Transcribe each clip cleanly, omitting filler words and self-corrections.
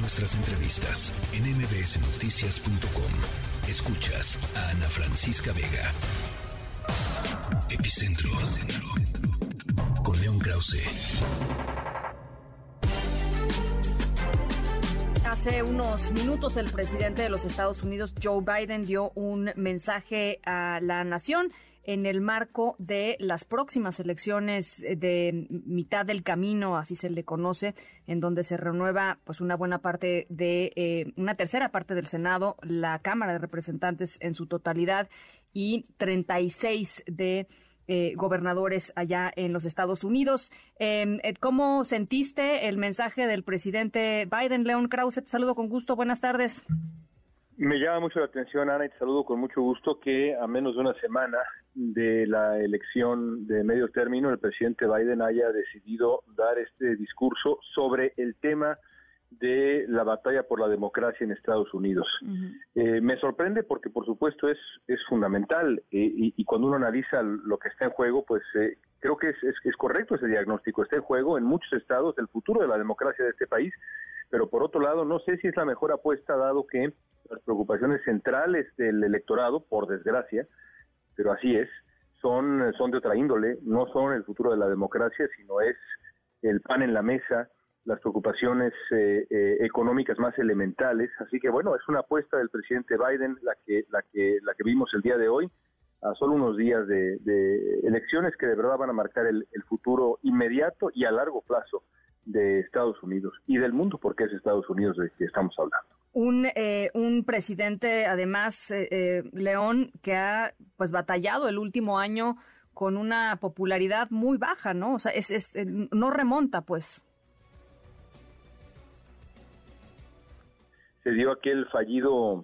nuestras entrevistas en mbsnoticias.com. Escuchas a Ana Francisca Vega. Epicentro. Con León Krause. Hace unos minutos el presidente de los Estados Unidos, Joe Biden, dio un mensaje a la nación en el marco de las próximas elecciones de mitad del camino, así se le conoce, en donde se renueva pues una buena parte de una tercera parte del Senado, la Cámara de Representantes en su totalidad y 36 de gobernadores allá en los Estados Unidos. ¿Cómo sentiste el mensaje del presidente Biden? León Krause, te saludo con gusto. Buenas tardes. Me llama mucho la atención, Ana, y te saludo con mucho gusto que a menos de una semana de la elección de medio término, el presidente Biden haya decidido dar este discurso sobre el tema de la batalla por la democracia en Estados Unidos. Uh-huh. Me sorprende porque, por supuesto, es fundamental y cuando uno analiza lo que está en juego, pues creo que es correcto ese diagnóstico. Está en juego en muchos estados el futuro de la democracia de este país, pero por otro lado, no sé si es la mejor apuesta, dado que las preocupaciones centrales del electorado, por desgracia, pero así es, son de otra índole, no son el futuro de la democracia, sino es el pan en la mesa, las preocupaciones económicas más elementales. Así que bueno, es una apuesta del presidente Biden la que vimos el día de hoy, a solo unos días de elecciones que de verdad van a marcar el futuro inmediato y a largo plazo de Estados Unidos y del mundo, porque es Estados Unidos de que estamos hablando. Un presidente, además, León, que ha pues batallado el último año con una popularidad muy baja, ¿no? O sea, no remonta, pues. Se dio aquel fallido,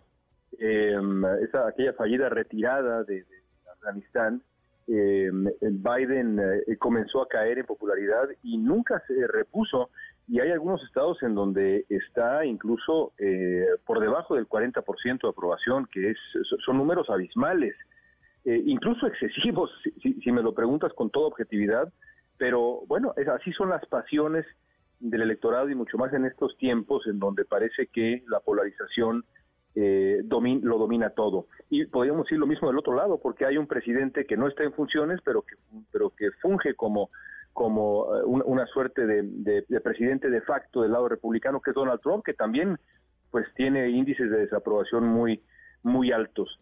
aquella fallida retirada de Afganistán. Biden comenzó a caer en popularidad y nunca se repuso, y hay algunos estados en donde está incluso por debajo del 40% de aprobación, que son números abismales, incluso excesivos, si me lo preguntas con toda objetividad, pero bueno, así son las pasiones del electorado y mucho más en estos tiempos en donde parece que la polarización lo domina todo. Y podríamos decir lo mismo del otro lado, porque hay un presidente que no está en funciones, pero que funge como una suerte de presidente de facto del lado republicano, que es Donald Trump, que también pues tiene índices de desaprobación muy muy altos.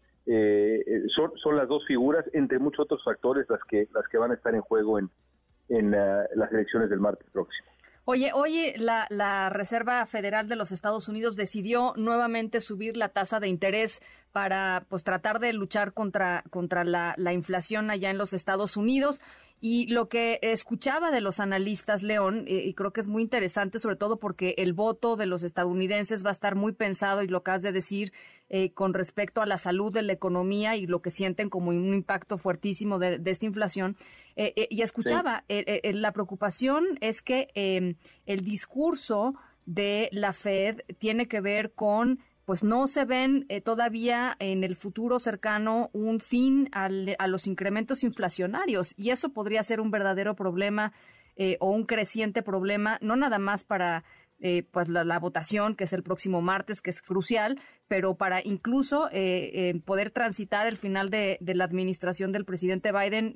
Son las dos figuras, entre muchos otros factores, las que van a estar en juego en las elecciones del martes próximo. Oye, hoy la Reserva Federal de los Estados Unidos decidió nuevamente subir la tasa de interés para pues tratar de luchar contra la inflación allá en los Estados Unidos. Y lo que escuchaba de los analistas, León, y creo que es muy interesante, sobre todo porque el voto de los estadounidenses va a estar muy pensado, y lo que has de decir, con respecto a la salud de la economía y lo que sienten como un impacto fuertísimo de esta inflación. Y escuchaba, sí. La preocupación es que el discurso de la Fed tiene que ver con pues no se ven todavía en el futuro cercano un fin a los incrementos inflacionarios, y eso podría ser un verdadero problema o un creciente problema, no nada más para pues la votación, que es el próximo martes, que es crucial, pero para incluso poder transitar el final de la administración del presidente Biden,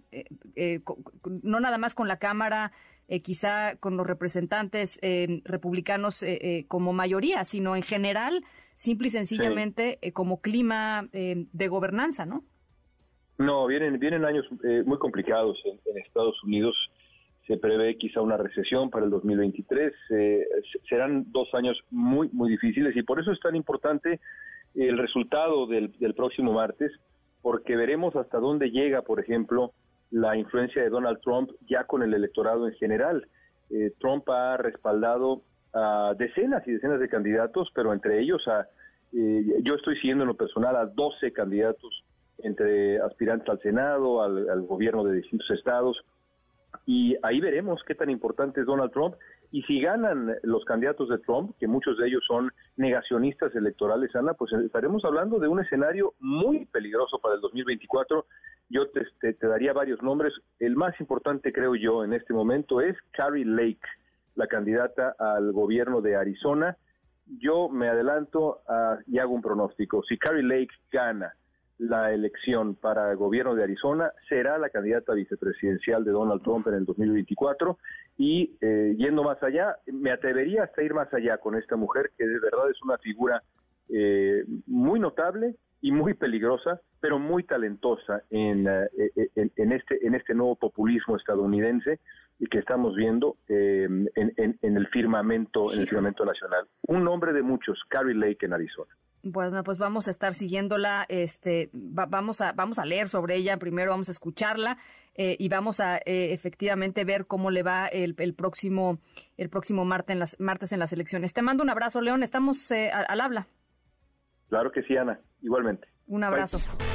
no nada más con la Cámara, quizá con los representantes republicanos como mayoría, sino en general, simple y sencillamente, sí. Como clima de gobernanza, ¿no? No, vienen años muy complicados en Estados Unidos. Se prevé quizá una recesión para el 2023. Serán 2 años muy, muy difíciles, y por eso es tan importante el resultado del próximo martes, porque veremos hasta dónde llega, por ejemplo, la influencia de Donald Trump ya con el electorado en general. Trump ha respaldado a decenas y decenas de candidatos, pero entre ellos yo estoy siguiendo en lo personal a 12 candidatos, entre aspirantes al Senado, al gobierno de distintos estados, y ahí veremos qué tan importante es Donald Trump, y si ganan los candidatos de Trump, que muchos de ellos son negacionistas electorales, Ana, pues estaremos hablando de un escenario muy peligroso para el 2024. Yo te daría varios nombres. El más importante, creo yo, en este momento es Kari Lake, la candidata al gobierno de Arizona, yo me adelanto y hago un pronóstico. Si Kari Lake gana la elección para el gobierno de Arizona, será la candidata vicepresidencial de Donald Trump en el 2024 y yendo más allá, me atrevería hasta ir más allá con esta mujer que de verdad es una figura muy notable y muy peligrosa, pero muy talentosa en este nuevo populismo estadounidense y que estamos viendo en el firmamento nacional. Un nombre de muchos, Kari Lake en Arizona. Bueno, pues vamos a estar siguiéndola, vamos a leer sobre ella, primero vamos a escucharla y vamos a efectivamente ver cómo le va el próximo martes en las elecciones. Te mando un abrazo, León, estamos al habla. Claro que sí, Ana, igualmente. Un abrazo. Bye.